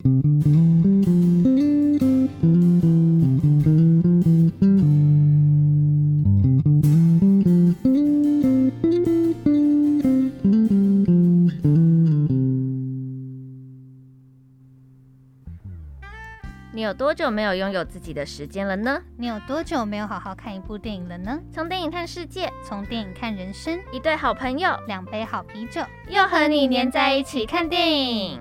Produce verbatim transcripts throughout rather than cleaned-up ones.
你有多久没有拥有自己的时间了呢？ 你有多久没有好好看一部电影了呢？ 从电影看世界， 从电影看人生， 一对好朋友， 两杯好啤酒， 又和你黏在一起看电影。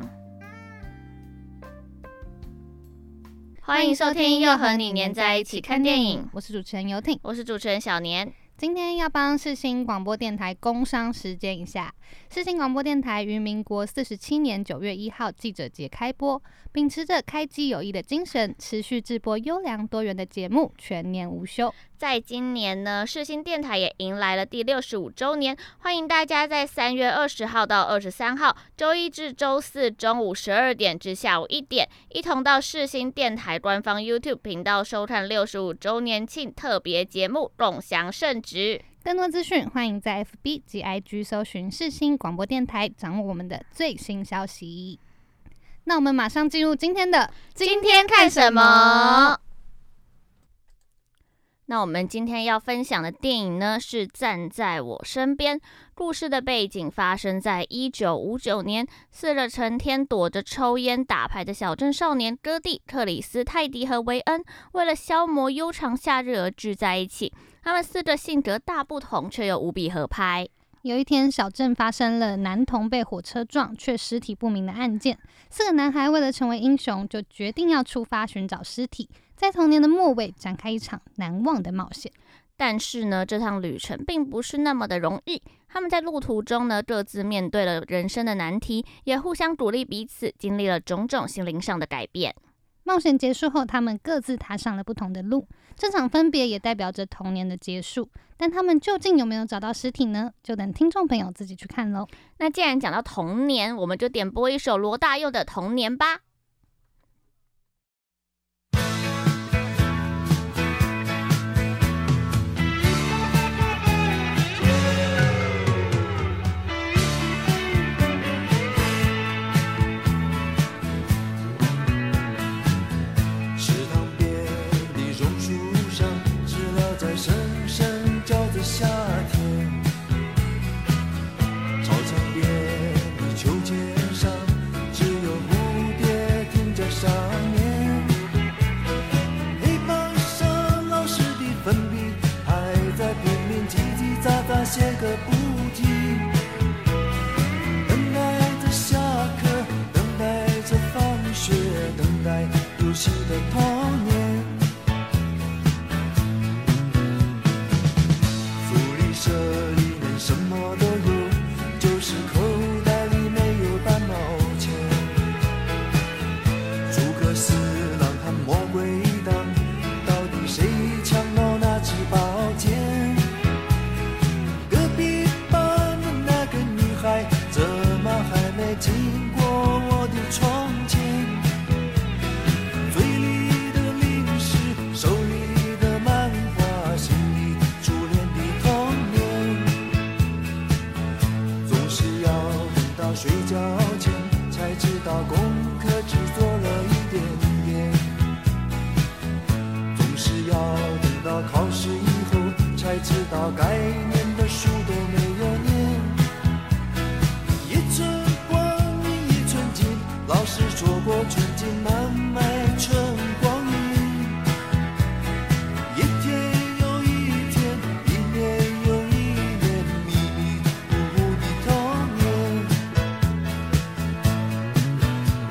欢迎收听又和你黏在一起看电影， 我是主持人游艇， 我是主持人小年。 今天要帮世新广播电台工商时间一下。世新广播电台于民国四十七年九月一号记者节开播，秉持着开机有益的精神，持续制播优良多元的节目，全年无休。 在今年呢，世新电台也迎来了第六十五周年，欢迎大家在三月二十号到二十三号，周一至周四中午十二点至下午一点，一同到世新电台官方 YouTube 频道收看六十五周年庆特别节目，共襄盛举。 更多资讯，欢迎在 F B 及 I G 搜寻世新广播电台，掌握我们的最新消息。那我们马上进入今天的今天看什么？那我们今天要分享的电影呢，是《站在我身边》。故事的背景发生在一九五九年，四个成天躲着抽烟打牌的小镇少年哥蒂、克里斯、泰迪和维恩，为了消磨悠长夏日而聚在一起。他们四个性格大不同，却又无比合拍。 有一天，小镇发生了男童被火车撞却尸体不明的案件。四个男孩为了成为英雄，就决定要出发寻找尸体，在童年的末尾展开一场难忘的冒险。 但是呢，这趟旅程并不是那么的容易。他们在路途中呢，各自面对了人生的难题，也互相鼓励彼此，经历了种种心灵上的改变。 冒险结束后，他们各自踏上了不同的路，这场分别也代表着童年的结束。但他们究竟有没有找到尸体呢？就等听众朋友自己去看咯。 那既然讲到童年，我们就点播一首罗大佑的《童年》吧。 写个不停，等待着下课，等待着放学，等待游戏的童年。福利社里面什么都有，就是口袋里没有半毛钱。诸葛四郎和魔鬼党，到底谁抢到那支宝剑？怎么还没经过我的窗前？嘴里的零食，手里的漫画，心里初恋的童年。总是要等到睡觉前，才知道功课只做了一点点。总是要等到考试以后，才知道该念的书都没有念。老师说过纯净难买春光阴，一天又一天，一年又一年，迷迷糊糊的童年。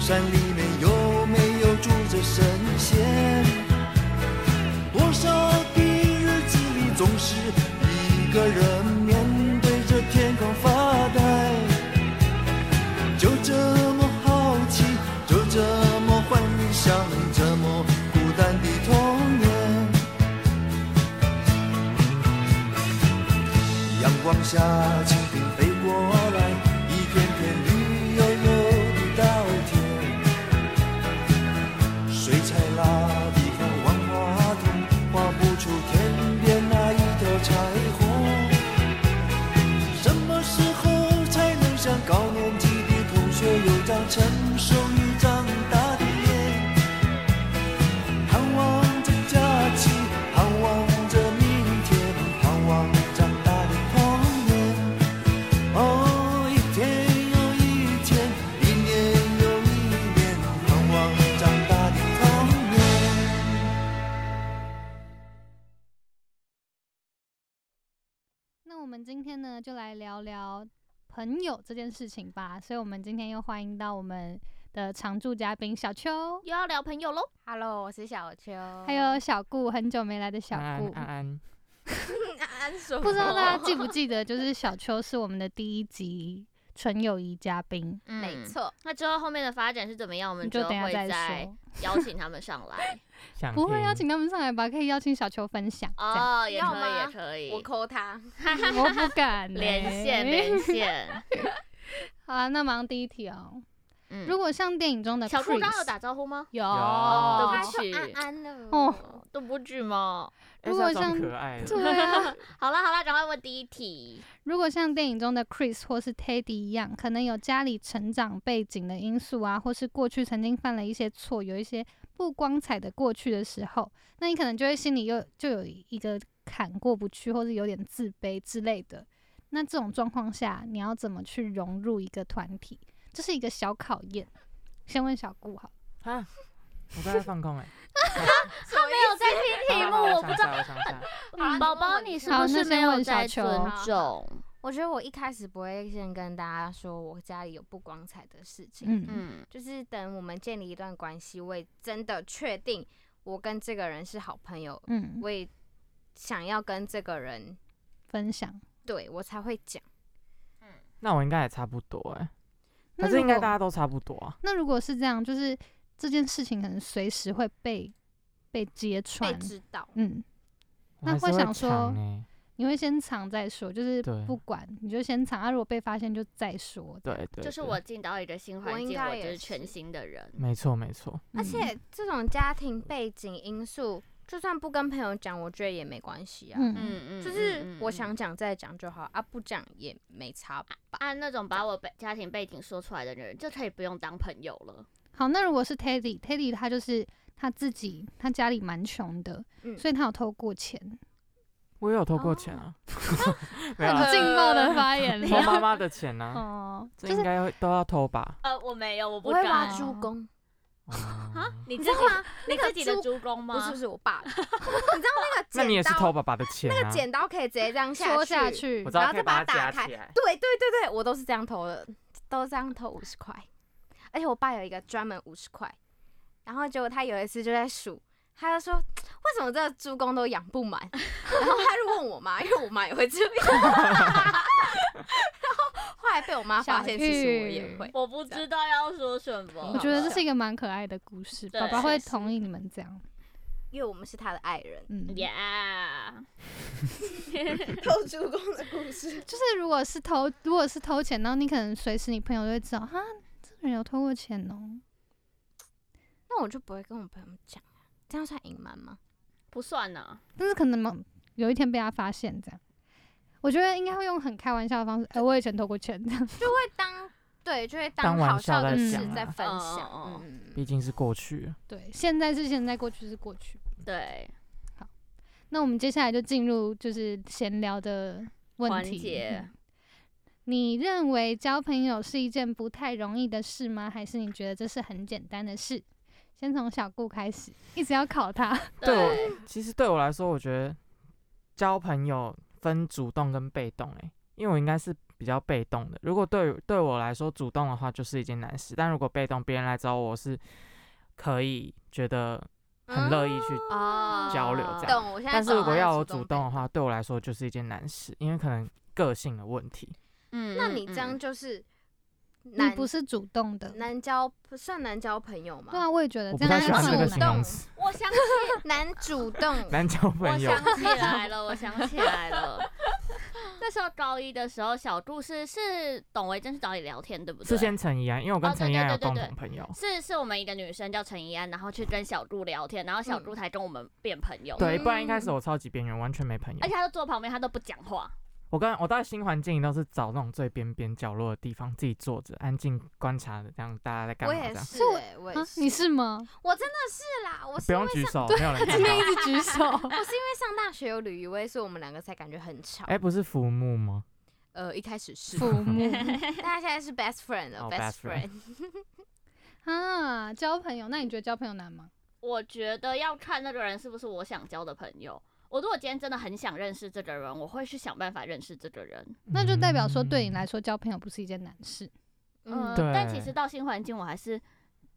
山里面有没有住着神仙？多少的日子里，总是一个人面对着天空发呆，就这么好奇，就这么幻想，这么孤单的童年。阳光下，蜻蜓飞过来，一片片绿油油的稻田，水彩蜡笔和万花筒画不出天边那一条彩虹。什么时候才能像高年级的同学有张成熟又长大的脸？盼望着假期，盼望着明天，盼望长大的童年。哦，一天又一天，一年又一年，盼望长大的童年。 那我们今天呢，就来聊聊朋友这件事情吧。所以，我们今天又欢迎到我们的常驻嘉宾小秋， 又要聊朋友喽。 Hello， 我是小秋， 还有小顾，很久没来的小顾。 安安安， 安安说， 不知道大家记不记得，就是小秋是我们的第一集纯友谊嘉宾。 嗯没错。 那之后后面的发展是怎么样？我们之后就等一下再会再说。 邀请他们上来。 想不会听邀请他们上来吧？可以邀请小秋分享。这样哦，也可以， 要吗也可以。 我扣他。 我不敢、欸、 连线，连线。 好啊，那马上第一题哦。 嗯如果像电影中的 Chris, 小顾刚刚有打招呼吗？ 有， 哦对他说不起安安了。 哦对不起嘛。 哎是要装如果像可爱的， 对啊。 好了好了，赶快问第一题。 如果像电影中的 Chris 或是 Teddy 一样，可能有家里成长背景的因素啊，或是过去曾经犯了一些错，有一些不光彩的过去的时候，那你可能就会心里又就有一个坎过不去，或是有点自卑之类的。那这种状况下，你要怎么去融入一个团体？这是一个小考验。先问小顾好。 啊，我刚才放空哎， 他没有在听题目，我不知道。 我想一下， 嗯，宝宝，你是好那不是没有先问小在秋尊重？ 我觉得我一开始不会先跟大家说我家里有不光彩的事情， 嗯嗯就是等我们建立一段关系，我也真的确定我跟这个人是好朋友， 嗯， 我也想要跟这个人， 分享。 对我才会讲。 那我应该也差不多哎， 那可是应该如果大家都差不多啊。 那如果是这样，就是这件事情可能随时会被被揭被穿， 知道， 嗯， 我还是那会想说藏欸你会先藏再说，就是对不管你就先藏，啊，如果被发现就再说。 对对，对就是我进到一个新环我应境， 该也是我就是全新的人。 没错没错， 嗯而且这种家庭背景因素，就算不跟朋友讲，我觉得也没关系啊。 嗯嗯嗯， 就是嗯我想讲再讲就好啊，不讲也没差吧。 按那种把我背家庭背景说出来的人，就可以不用当朋友了。 好，那如果是 Teddy，Teddy 他就是他自己，他家里蛮穷的， 嗯所以他有偷过钱， 我也有偷过钱啊，没有很啊， 劲爆的发言偷妈了。 妈的钱啊， 哦， 这应就是该都要偷吧？ 呃，我没有，我不我会挖敢。 猪公， 啊， 你自己你知道吗？ 你那个自己的猪猪公吗？ 不是不是我爸的，你知道那个那你也剪刀， 是偷爸爸的钱啊？ 那个剪刀可以直接这样下戳去， 下去我知，道然后再可以把它把它打开夹起来。 对对对对，我都是这样偷的，都这样偷五十块。而且我爸有一个专门五十块，然后结果他有一次就在数，他就说为什么这个猪公都养不满，然后他就问我妈，因为我妈也会这样，然后后来被我妈发现， 小玉其实我也会。 我不知道要说什么。 我觉得这是一个蛮可爱的故事， 对爸爸会是是同意你们这样。 因为我们是他的爱人， 嗯， Yeah， 偷猪公的故事。 就是如果是偷，如果是偷钱，然后你可能随时你朋友就会知道，哈，这个人有偷过钱哦。 那我就不会跟我朋友讲，这样算隐瞒吗？ 不算呢。 但是可能某有一天被他发现，这样，我觉得应该会用很开玩笑的方式，哎、我以前偷过钱，这样。 就会当对，就会当玩好笑的笑在事讲啊在分享。 嗯嗯嗯嗯毕竟是过去了， 对，现在是现在，过去是过去。 对， 那我们接下来就进入就是闲聊的问环题。 节嗯你认为交朋友是一件不太容易的事吗？还是你觉得这是很简单的事？先从小顾开始，一直要考他。 对我对， 其实对我来说，我觉得交朋友分主动跟被动、欸，因为我应该是比较被动的。如果对对我来说主动的话就是一件难事，但如果被动，别人来找我是可以觉得很乐意去哦交流这样。 懂，我现在但是如懂了果要我主主动的话，对我来说就是一件难事，因为可能个性的问题。 嗯， 那你这样嗯就是你难不是主动的。 难交，算难交朋友吗？ 对啊，我也觉得我这不太喜欢这个样算难动形容词， 我想起难主动， 难交我朋友。 想起来了，我想起来了。那时候高一的时候，小杜是是董维珍去找你聊天，对不对？ 是先陈怡安，因为我跟哦对陈怡安有对对对共同朋友。 是是我们一个女生叫陈怡安，然后去跟小杜聊天，然后小杜才跟我们变朋友。 对，不然一开嗯始我超级边缘，完全没朋友而。且他都坐旁边，他都不讲话。 我跟我到新环境都是找那种最边边角落的地方，自己坐着，安静观察的，这样大家在干我嘛这样。 也是是我欸，我也啊， 是， 你是吗？ 我真的是啦，我是不因为上， 用举手，没有人看今天一到。 直举手。 我是因为上大学有吕一威，所以我们两个才感觉很吵。 哎，不是浮木吗？ 呃，一开始是， 父母但他现在是 best friend 了哦 ，best best friend friend。 啊，交朋友，那你觉得交朋友难吗？ 我觉得要看那个人是不是我想交的朋友。我如果今天真的很想认识这个人，我会去想办法认识这个人。 那就代表说对你来嗯说交朋友不是一件难事。 嗯， 嗯， 对但其实到新环境，我还是，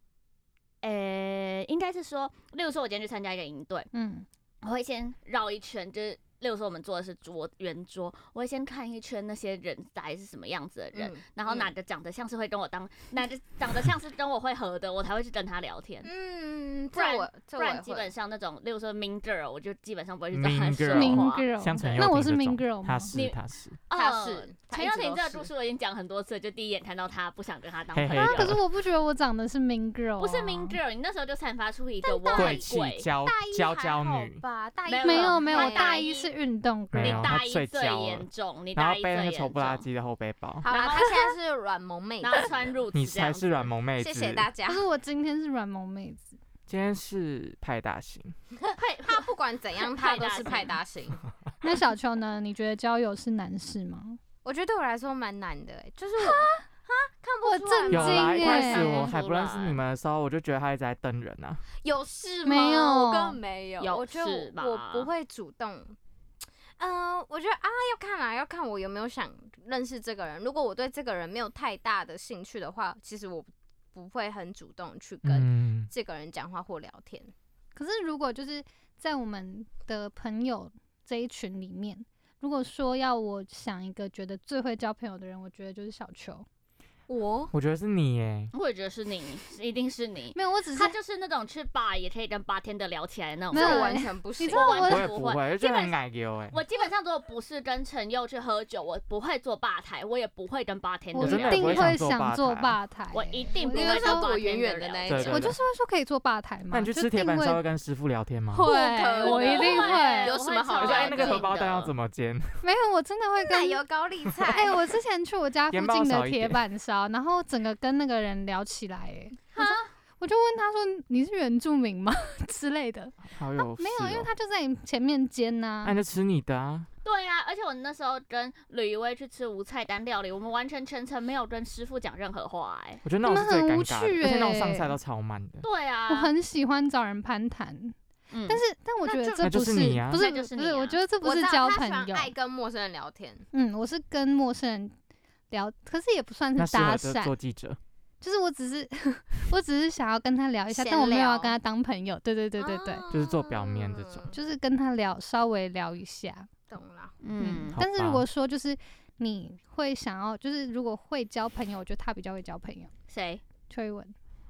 诶、应该是说，例如说，我今天去参加一个营队， 嗯， 我会先绕一圈，就是例如说我们坐的是桌圆桌，我会先看一圈那些人大概是什么样子的人， 嗯然后哪个长得像是会跟我当，哪个长得像是跟我会合的，我才会去跟他聊天。 嗯， 不然这我这我也不然基本会。 上那种，例如说 mean girl，我就基本上不会去找他 Mean 说 girl Mean 话。 girl， 像陈幼那我是婷这 Mean 种 girl 吗他是你他是他是嗯他陈幼婷这个一直都是故事我已经讲很多次了，就第一眼看到他不想跟他当黑黑朋友。 啊，可是我不觉得我长得是 mean girl，、啊、 不是 mean girl，你那时候就散发出一个我很贵气贵， 娇大一娇还好娇女， 吧？大一没有没有没有， 他我大一一是运动你没有 girl， 大一最他最娇了严重，你然大一最严后背那个丑不拉重， 几的后背包， 好了， 然后他现在是软萌妹子然。后穿入你才是软萌妹子。 谢谢大家可。是我今天是软萌妹子。 今天是派大星， 他不管怎样，他都是派大星。 那小秋呢？你觉得交友是难事吗？ 我觉得对我来说蛮难的、欸，就是我哈看不出来我震有啦， 惊一开耶始我还出不认识来你们的时候，我就觉得他一直在瞪人啊。 有事吗？ 没有我根本没有。 有我觉事吧得我我不会主动。嗯、我觉得啊，要看啊，要看我有没有想认识这个人。如果我对这个人没有太大的兴趣的话，其实我不会很主动去跟嗯， 这个人讲话或聊天。 可是如果就是在我们的朋友这一群里面，如果说要我想一个觉得最会交朋友的人，我觉得就是小秋。 我我觉得是你耶， 我也觉得是你，一定是你。 没有，我只是他就是那种去 bar 也可以跟 bartender 聊起来的那种没有人。 这我完全不行。 你知道我我完全不也不会，就基本觉得很矮油哎。 我基本上如果不是跟陈佑去喝酒，我不会坐吧台，我也不会跟 bartender 我真的聊一定也不会想会想坐吧台坐吧台， 我一定不因为会跟说躲 bartender 远远的那一种对对我就是会说可以坐吧台嘛。 那你去就吃铁板定位烧会跟师傅聊天吗？ 会， 可我一定能会。 有什么好我说哎，那个荷聊包蛋要怎么煎？ 没有，我真的会跟奶油高丽菜。 哎、我之前去我家附盐包近的铁少一点板烧，然后整个跟那个人聊起来、哎，我就我就问他说：“你是原住民吗？”之类的。 好有没有，因为事哦他就在你前面煎呐、 那你就吃你的啊。 对啊，而且我那时候跟吕薇去吃无菜单料理，我们完全全程没有跟师傅讲任何话、哎， 我觉得那种是最你们很无尴尬的， 趣而且那种欸上菜都超慢的。 对啊， 我很喜欢找人攀谈， 嗯， 但是但我觉得那就那就这不是你啊不是那就是不是， 你啊我觉得这不我知道是交他喜欢朋友。 爱跟陌生人聊天。 嗯，我是跟陌生人聊，可是也不算那适合是搭就做讪， 记者， 就是我只是我只是想要跟他聊一下， 闲但我没有要聊跟他当朋友。对对对对对， 就是做表面这种嗯就是跟他聊，稍微聊一下。 懂了。 嗯， 好但是如吧果说就是你会想要，就是如果会交朋友，我觉得他比较会交朋友。 谁？ 邱一文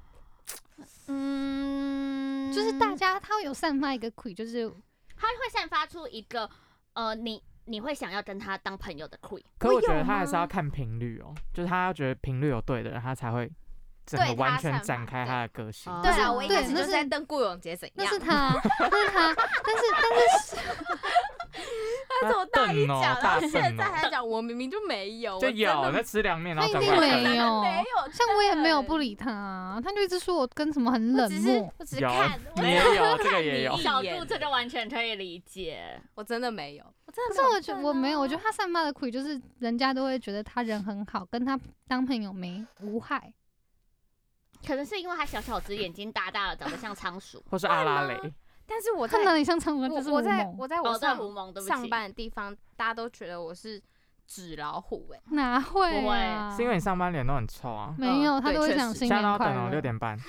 嗯， 就是大家他会有散发一个鬼，就是他会散发出一个呃，你你会想要跟他当朋友的 q u e 可我觉得有他还是吗要看频率哦，就是他要觉得频率有对的人，他才会整个对他完全散发展开他的个性。 哦对啊， 是我一开始对那就是在瞪顾永杰怎样。 那是他，那是他，但是但是但是我大一瞪哦讲，然大后现瞪哦在还讲，我明明就没有， 就我真的有在吃凉面，然他一定后转过来看没有， 没有， 像我也没有对不理他啊，他就一直说我跟什么很冷我只是漠。 我只是有看，我你也有这个也有一小眼杜这个完全可以理解。 我真的没有，我真可是我的没有觉得我没有，我觉得他散发的鬼就是人家都会觉得他人很好，跟他当朋友没无害。 可能是因为他小小只，眼睛大大的，长得像仓鼠。 或是阿拉蕾， 但是我在他哪里像长文就是我我在我我在哦对我上胡蒙对不起上班的地方，大家都觉得我是纸老虎哎、 哪会不啊？ 是因为你上班脸都很臭啊。 没有， 嗯他都会对确实讲新现在都年快要等哦，六乐。 点半，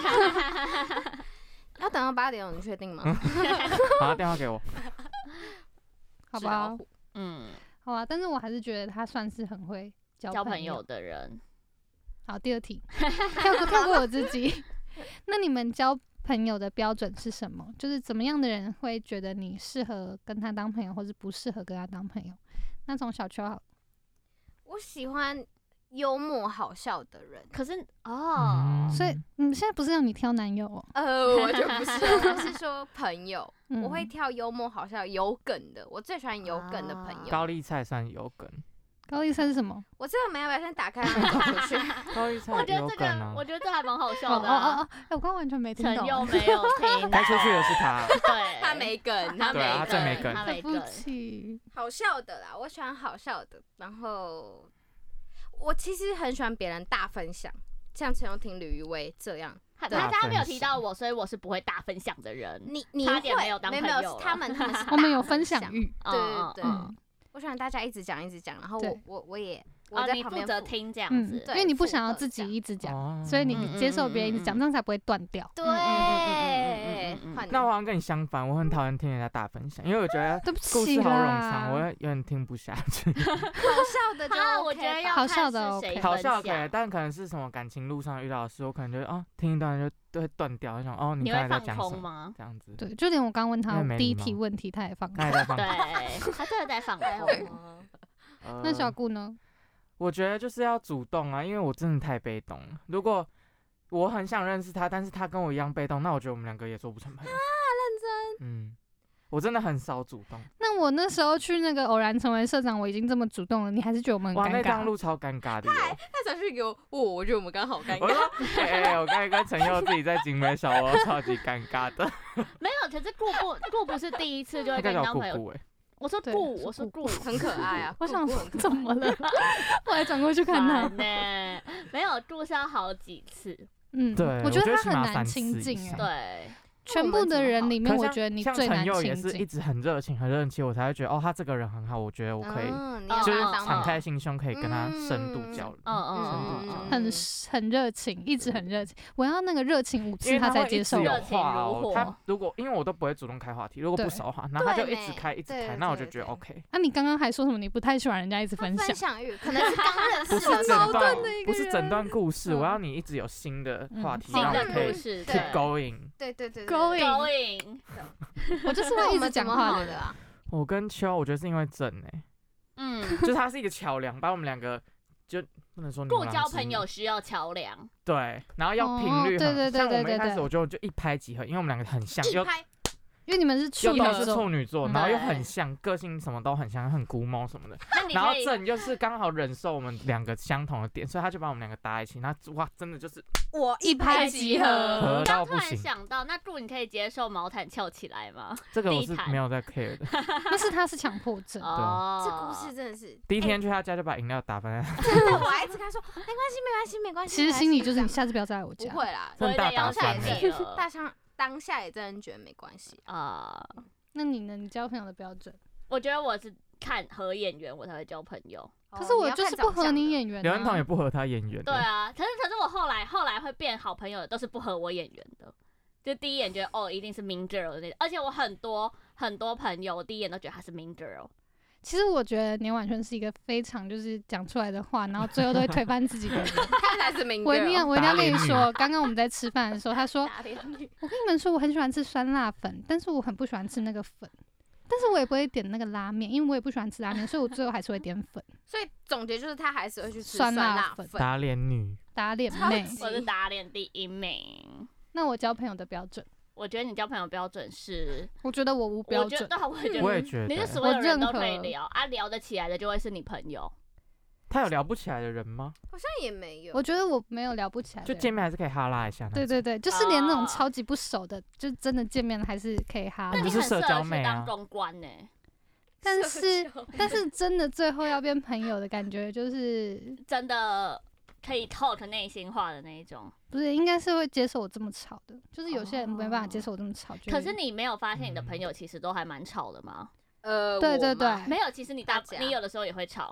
要等到八点哦，你确定吗？ 把他电话给我。 好吧纸老，虎嗯， 好吧，但是我还是觉得他算是很会交交朋朋友的人， 好，第二题，跳过跳过我自己。那你们交朋友的标准是什么？就是怎么样的人会觉得你适合跟他当朋友，或是不适合跟他当朋友？那从小秋好， 我喜欢幽默好笑的人。 可是哦， 所以你们现在不是让你挑男友哦？ 呃，我就不是，我是说朋友， 嗯我会挑幽默好笑、有梗的。我最喜欢有梗的朋友。 高丽菜算有梗， 高丽菜是什么？ 我这个门要不要先打开，然后走出去？ 高丽菜我觉得这个， 有梗啊我。觉得这还蛮好哦笑的哦哦啊。 哦！哎，我刚刚完全没听懂。 陈又没有听， 开出去的是他， 对， 他没梗，他对啊他没梗， 真没梗对不他没梗。 起。 好笑的啦，我喜欢好笑的。然后我其实很喜欢别人大分享，像陈又廷、吕玉薇这样。 他大他他没有分享提到我，所以我是不会大分享的人。 你你会差点没有当没有没有朋友了是他们他们是我们有大分享欲。 对对对， 嗯我喜欢大家一直讲一直讲，然后我对我我也我哦，你负在旁边附责听这样嗯， 子。 因为你不附和想要自这样己一直讲， 哦所以你嗯接受别人一直讲， 嗯嗯嗯这样才不会断掉。 对嗯嗯嗯嗯嗯， 换你那我好像跟你相反，我很讨厌听人家大分享，因为我觉得对不故起事好冗啦长，我会有点听不下去。 好笑的就啊， OK 我觉得要吧好笑的看是 OK 谁好笑可以， 分享但可能是什么感情路上遇到的事，我可能就哦听一段就都会断掉，就想哦你你刚会放空才在讲什么吗？ 这样子。 对，就连我刚问他因为没第一礼貌题问题，他也放刚才空。 在放空。 对，他真的在放还好空。 吗呃那小顾呢？ 我觉得就是要主动啊，因为我真的太被动了。如果我很想认识他，但是他跟我一样被动，那我觉得我们两个也做不成朋友。啊，认真。嗯，我真的很少主动。 那我那时候去那个偶然成为社长，我已经这么主动了，你还是觉得我们哇， 很尴那趟尬？ 路超尴尬的哟。 他传讯给我，哦，我觉得我们刚好尴我尬。 说，哎、哎、我刚才跟陈佑自己在景美小窝，超级尴尬的。 没有，可是顾不顾不是第一次就会跟他叫我你当朋友。 姑姑哎， 我说对顾， 是我说顾顾， 很可爱啊， 我想说姑姑很可爱怎么了？我还转过去看他。 烦呢，没有顾是要好几次。 嗯， 对我觉得我觉得他很难起码三亲次以上近哎。 对， 全部的人里面， 可像我觉得你像最难陈佑也亲近。 是一直很热情、很热情，我才会觉得哦，他这个人很好，我觉得我可以， 嗯，你哦就是要把他当敞开心胸，可以跟他深度嗯交流。 嗯嗯深度嗯嗯交流。 很很热情，一直很热情。我要那个热情五因次才为会一直有接受我。 热情话哦， 如火他如果因为我都不会主动开话题，如果不对熟的话，然后他就对一直开一直对开，那我就觉得对对 OK。 那、你刚刚还说什么？你不太喜欢人家一直分享分。享欲，可能是刚认不识的时是整段候的， 不是整段故事， 嗯我要你一直有新的话题， 嗯新的让我可以故事 keep 对 going。 对对对 Going 对 going， 我就是会一直讲话的人。 啊。 我跟秋，我觉得是因为正哎， 嗯， 就是他是一个桥梁，把我们两个就不能说顾牛郎织女交朋友需要桥梁。 对，然后要频率很， 哦对对对像我们对对对一开始我就就一拍即合，因为我们两个很像，又一拍因为你们是处女又都是座， 处女座， 嗯然后又对很像，个性什么都很像，很古猫什么的。 那你可以， 然后正又是刚好忍受我们两个相同的点，所以他就把我们两个搭在一起。那哇，真的就是我一拍即合合刚突然到不行。 想到，那顾你可以接受毛毯翘起来吗？ 这个我地毯是没有在 care 的。 但是他是强迫症。 哦， 这故事真的是第一天去他家就把饮料打翻在， 真的，我还一直跟他说没关系没关系没关系。 其实心里就是你没关系下次不要再来我家。 不会啦， 真的大打我有点要翻欸闪你了大上当下也真的觉得没关系。 啊。 那你呢？你交朋友的标准？ 我觉得我是看合眼缘我才会交朋友。 可是我就是不合你眼缘、啊。 刘文彤也不合他眼缘。 对，啊，可是可是我后来后来会变好朋友的都是不合我眼缘的，就第一眼觉得哦一定是 mean girl 的那种，而且我很多很多朋友，我第一眼都觉得他是 mean girl。 其实我觉得年婉萱是一个非常就是讲出来的话，然后最后都会推翻自己的人。 他才是明我一定要，我一定要跟你打脸说，刚刚我们在吃饭的时候，他说打脸女， 我跟你们说，我很喜欢吃酸辣粉，但是我很不喜欢吃那个粉，但是我也不会点那个拉面，因为我也不喜欢吃拉面，所以我最后还是会点粉。 所以总结就是他还是会去吃酸辣辣粉打脸女。 打脸妹。 超级我是打脸第一名。 那我交朋友的标准， 我觉得你交朋友标准是， 我觉得我无标准。 我觉得，我也觉得， 我也觉得你是所有人都可我认可以聊啊，聊得起来的就会是你朋友。 他有聊不起来的人吗？ 好像也没有。 我觉得我没有聊不起来的就人。 见面还是可以哈拉一下那种。 对对对，就是连那种哦超级不熟的，就真的见面了还是可以哈拉那你。 不是社很适合去交妹啊当公关呢、 但社是交但是真的最后要变朋友的感觉，就是真的可以 talk 内心话的那一种。 不是应该是会接受我这么吵的，就是有些人没办法接受我这么吵。就可是你没有发现你的朋友其实都还蛮吵的吗？ 呃， 对对我嘛对没有，其实你大大家你有的时候也会吵。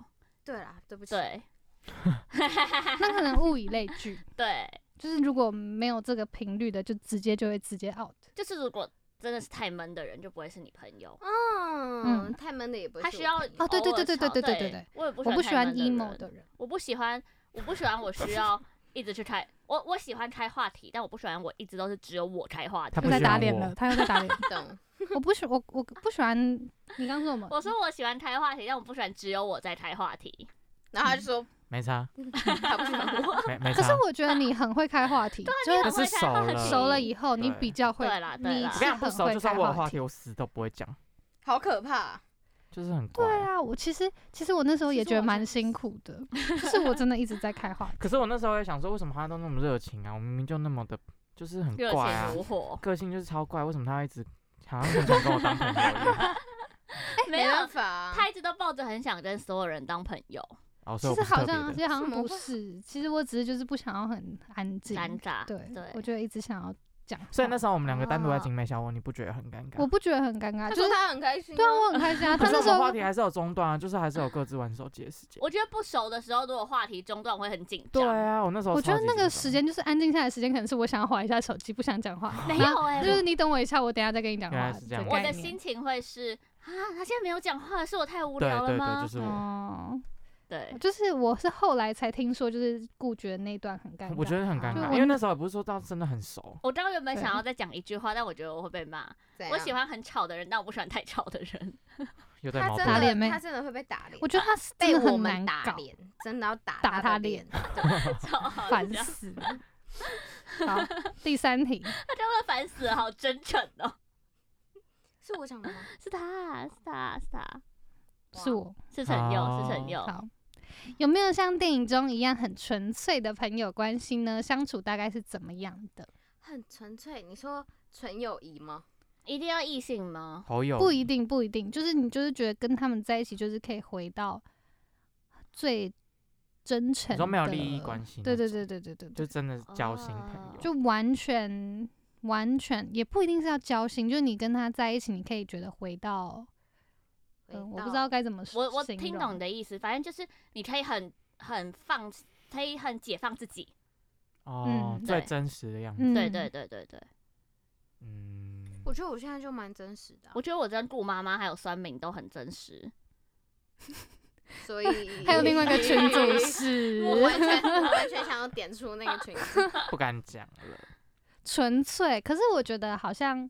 对啦，对不起。 对那可能物以类聚， 对， 就是如果没有这个频率的，就直接就会直接 out。 就是如果真的是太闷的人，就不会是你朋友。 嗯， 嗯太闷的也不会是我他需要朋友哦对对偶尔对对对对吵对对对我也不我不喜欢太闷 emo 的人， 的人， 我不喜欢，我不喜欢我需要一直去开，我我喜欢开话题，但我不喜欢我一直都是只有我开话题他。不又在喜欢我打脸了，他又在打脸。 懂。 我不喜我我不喜欢你刚说什么？ 我说我喜欢开话题，但我不喜欢只有我在开话题。 然后他就说没差， 他不喜欢我。 没没差可是。我觉得你很会开话题，就是可是熟了， 熟了以后，你对比较会。 对啦对啦你是我跟你讲，不熟， 很会就算开话题。 我有话题，我死都不会讲， 好可怕！ 就是很怪。 对啊，我其实其实我那时候也觉得蛮辛苦的，就是我真的一直在开话题。 可是我那时候也想说，为什么他都那么热情啊？我明明就那么的，就是很热怪啊情，如火， 个性就是超怪，为什么他要一直好像很想跟我当朋友一样？ 没有办，法啊， 他一直都抱着很想跟所有人当朋友， 哦，所以其实好像我不是特别的。 其实好像不怎么会是，其实我只是就是不想要很安静。 尴尬。 对， 对我就一直想要讲话。 所以那时候我们两个单独在哦景美小窝，你不觉得很尴尬？ 我不觉得很尴尬，就是他说他很开心。 对啊，我很开心啊。 可是我他那时候们话题还是有中断啊，就是还是有各自玩手机的时间。 我觉得不熟的时候，如果话题中断，我会很紧张。 对啊，我那时候我觉得那个超级紧张时间就是安静下来的时间，可能是我想要划一下手机，不想讲话。 没然后有哎、 就是你等我一下，我等一下再跟你讲话原来是这样我的概念心情会是啊，他现在没有讲话，是我太无对对对， 聊了吗？ 就是我。 哦， 对， 就是我是后来才听说，就是顾觉那段很尴尬。 我觉得很尴尬， 就我因为那时候也不是说到真的很熟。 我刚刚原本对想要再讲一句话，但我觉得我会被骂。 怎样我喜欢很吵的人，但我不喜欢太吵的人。 有点矛他真盾。 打脸妹的，他真的会被打脸。 我觉得他是被我真的很难们打搞， 脸，真的要打打他他脸脸。， 超好烦笑， 死了。好，第三题， 他真的烦死了，好真诚哦。 是我讲的吗？ 是他，是他，是他， 是我。 是陈佑， 哦是陈佑。 好，有没有像电影中一样很纯粹的朋友关系呢？相处大概是怎么样的？ 很纯粹。你说纯友谊吗？ 一定要异性吗？ 好友不一定，不一定，就是你就是觉得跟他们在一起，就是可以回到最真诚的。 你说没有利益关系那种对对对对对对对， 就真的是交心朋哦友。 就完全完全也不一定是要交心，就是你跟他在一起，你可以觉得回到，嗯、我不知道该怎么说。 我我听懂你的意思，反正就是你可以很很放，可以很解放自己。 哦， 嗯对最真实的样子。 嗯， 对对对对对， 嗯， 我觉得我现在就蛮真实的啊、 我觉得我跟顾妈妈还有酸敏都很真实。 所以还有另外一个群主是我完全我完全想要点出那个群组。 不敢讲了。 纯粹，可是我觉得好像，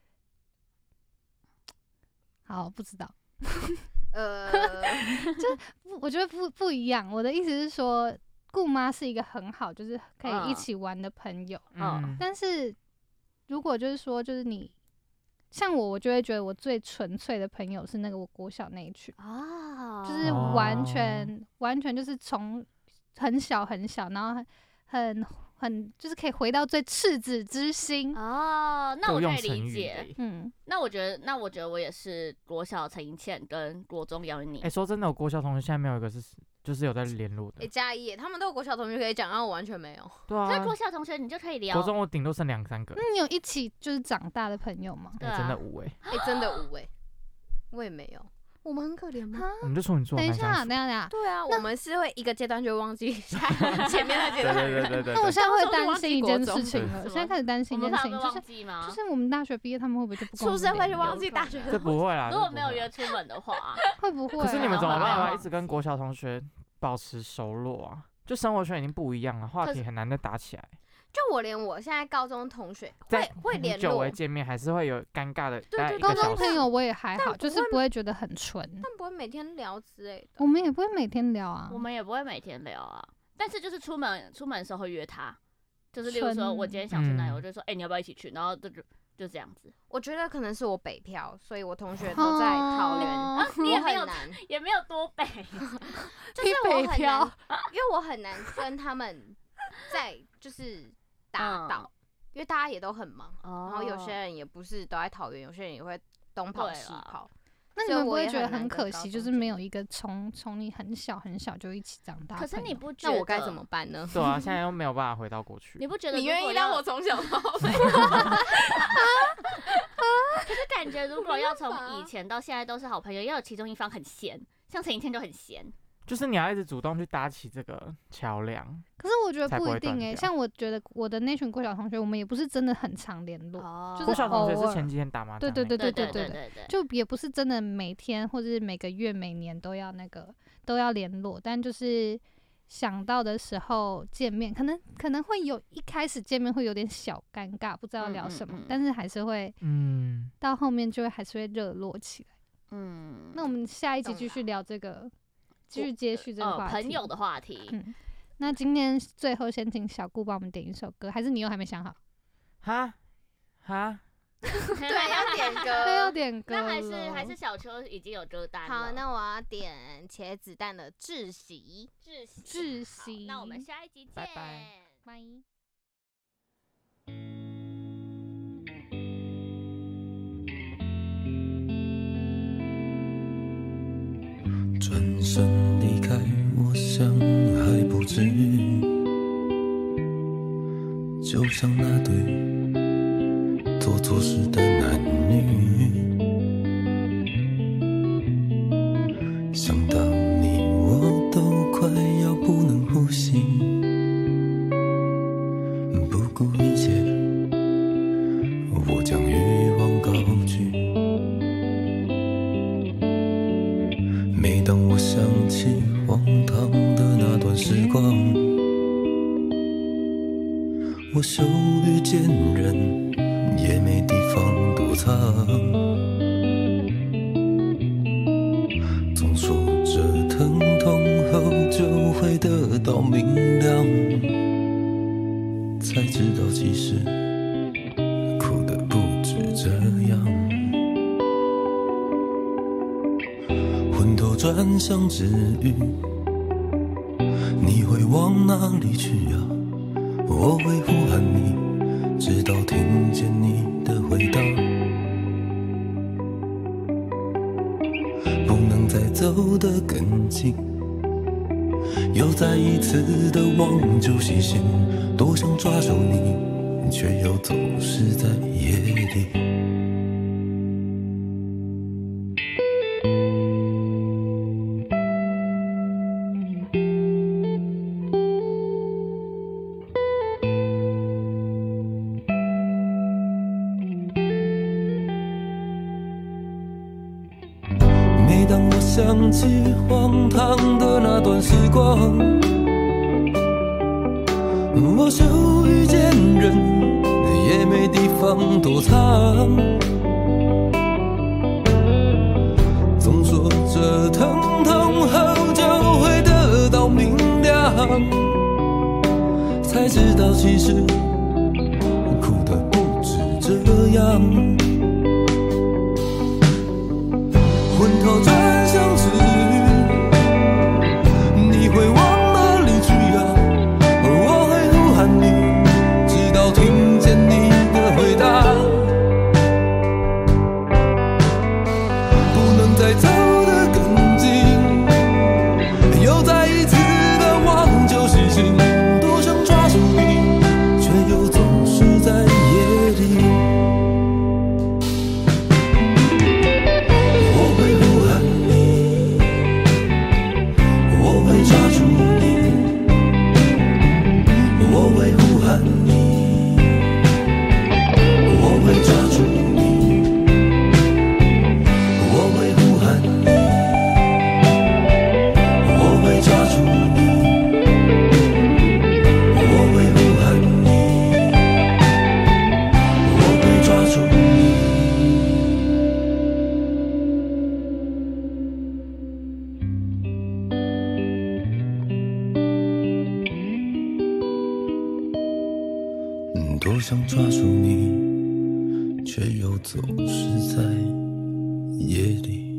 好不知道， 呃， 不我觉得不不一样。我的意思是说，顾妈是一个很好，就是可以一嗯起玩的朋友。 嗯， 但是如果就是说，就是你像我，我就会觉得我最纯粹的朋友是那个我国小那一群， 哦就是完全、完全就是从很小很小，然后很很很就是可以回到最赤子之心。 哦，那我可以够用成语理解。 欸。 嗯， 那我觉得，那我觉得我也是国小陈怡倩跟国中姚云妮哎，。说真的，我国小同学现在没有一个是就是有在联络哎， 的。 嘉义耶，他们都有国小同学可以讲，然后我完全没有。 对啊所以国，小同学你就可以聊国中我顶多剩两三个那，你有一起就是长大的朋友吗？ 对啊哎，真的无哎。 哎，真的无哎，我也没有。我们很可怜吗？ 我们就处女座， 等一下， 蛮相处等一下，等一下。 对啊，我们是会一个阶段就忘记下前面的阶对段的人。 对对对对。 那我对现在会担高中就忘记心一件国中对事情了， 什么现在开始担我心一件事情， 们怕被就是忘记吗？ 就是我们大学毕业，他们会不会就不跟我们出社会就联络忘记大学有可能这不会啦。 如果没有这不会约出门的话， 会不会啊？ 可是你们怎么办法然后一直跟国小同学保持熟络啊？就生活圈已经不一样了，话可是题很难再打起来。 就我连我现在高中同学在会会联络久违，见面，还是会有尴尬的， 对对大概一高个小时。 中朋友我也还好， 但不会就是不会觉得很纯。 但不会每天聊之类的。 我们也不会每天聊啊我。们也不会每天聊啊。但是就是出门出门的时候会约他，就是例如说纯我今天想去哪里， 嗯我就说哎、你要不要一起去？然后就就就这样子， 我觉得可能是我北漂，所以我同学都在桃园， 哦你也我没有很难， 也没有多北， 就是我很北漂难，因为我很难跟他们在就是打嗯到，因为大家也都很忙， 然然后有些人也不是都在桃园，有些人也会东跑对啦西跑。 那你们不所以我也会觉得很很难跟高可惜，就是中见没有一个从从你很小很小就一起长大的可是朋友？ 你不觉得？ 那我该怎么办呢？ 对啊，现在又没有办法回到过去你。不觉得？ 你愿意让我？从小到大？ 可是感觉如果要从没办法啊以前到现在都是好朋友，要有其中一方很闲，像陈怡倩就很闲。 就是你要一直主动去搭起这个桥梁。 可是我觉得才不不一定哎、 会断掉像我觉得我的那群国小同学，我们也不是真的很常联络， 哦就是国小同学偶尔是前几天打麻将对对那个， 对对对对对对， 就也不是真的每天或者是每个月每年都要那个都要联络，但就是想到的时候见面，可能可能会有一开始见面会有点小尴尬，不知道聊什么， 嗯嗯嗯但是还是会嗯， 到后面就会还是会热络起来。 嗯， 那我们下一集继续聊这个，继续接续这个呃话题。 朋友的话题， 嗯，那今天最后先请小顾帮我们点一首歌，还是你又还没想好？ 哈哈， 对，要点歌， 他要点歌那还是了还是小秋已经有歌单了。 好，那我要点茄子蛋的窒息。 窒息， 窒好息那我们下一集见， 拜拜拜。 转身离开，我想还不至于，就像那对做错事的男女。想到你，我都快要不能呼吸，不顾一切，我将欲望高举。每当我想起荒唐的那段时光，我羞于见人，也没地方躲藏。总说着疼痛后就会得到明亮，才知道其实苦的不止这样。昏头转向之余，你会往哪里去啊？我会呼喊你，直到听见你的回答。不能再走得更近，又再一次的望旧细心，多想抓住你，却又总是在夜里。每当我想起荒唐的那段时光，我羞于见人，也没地方躲藏。总说着疼痛后就会得到明亮，才知道其实苦的不止这样。昏头转向之余，你会往哪里去啊？我会呼喊你，直到听见你的回答。不能再走得更近，又再一次的望旧细心，多想抓住你，却又总是在夜里。多想抓住你，却又总是在夜里。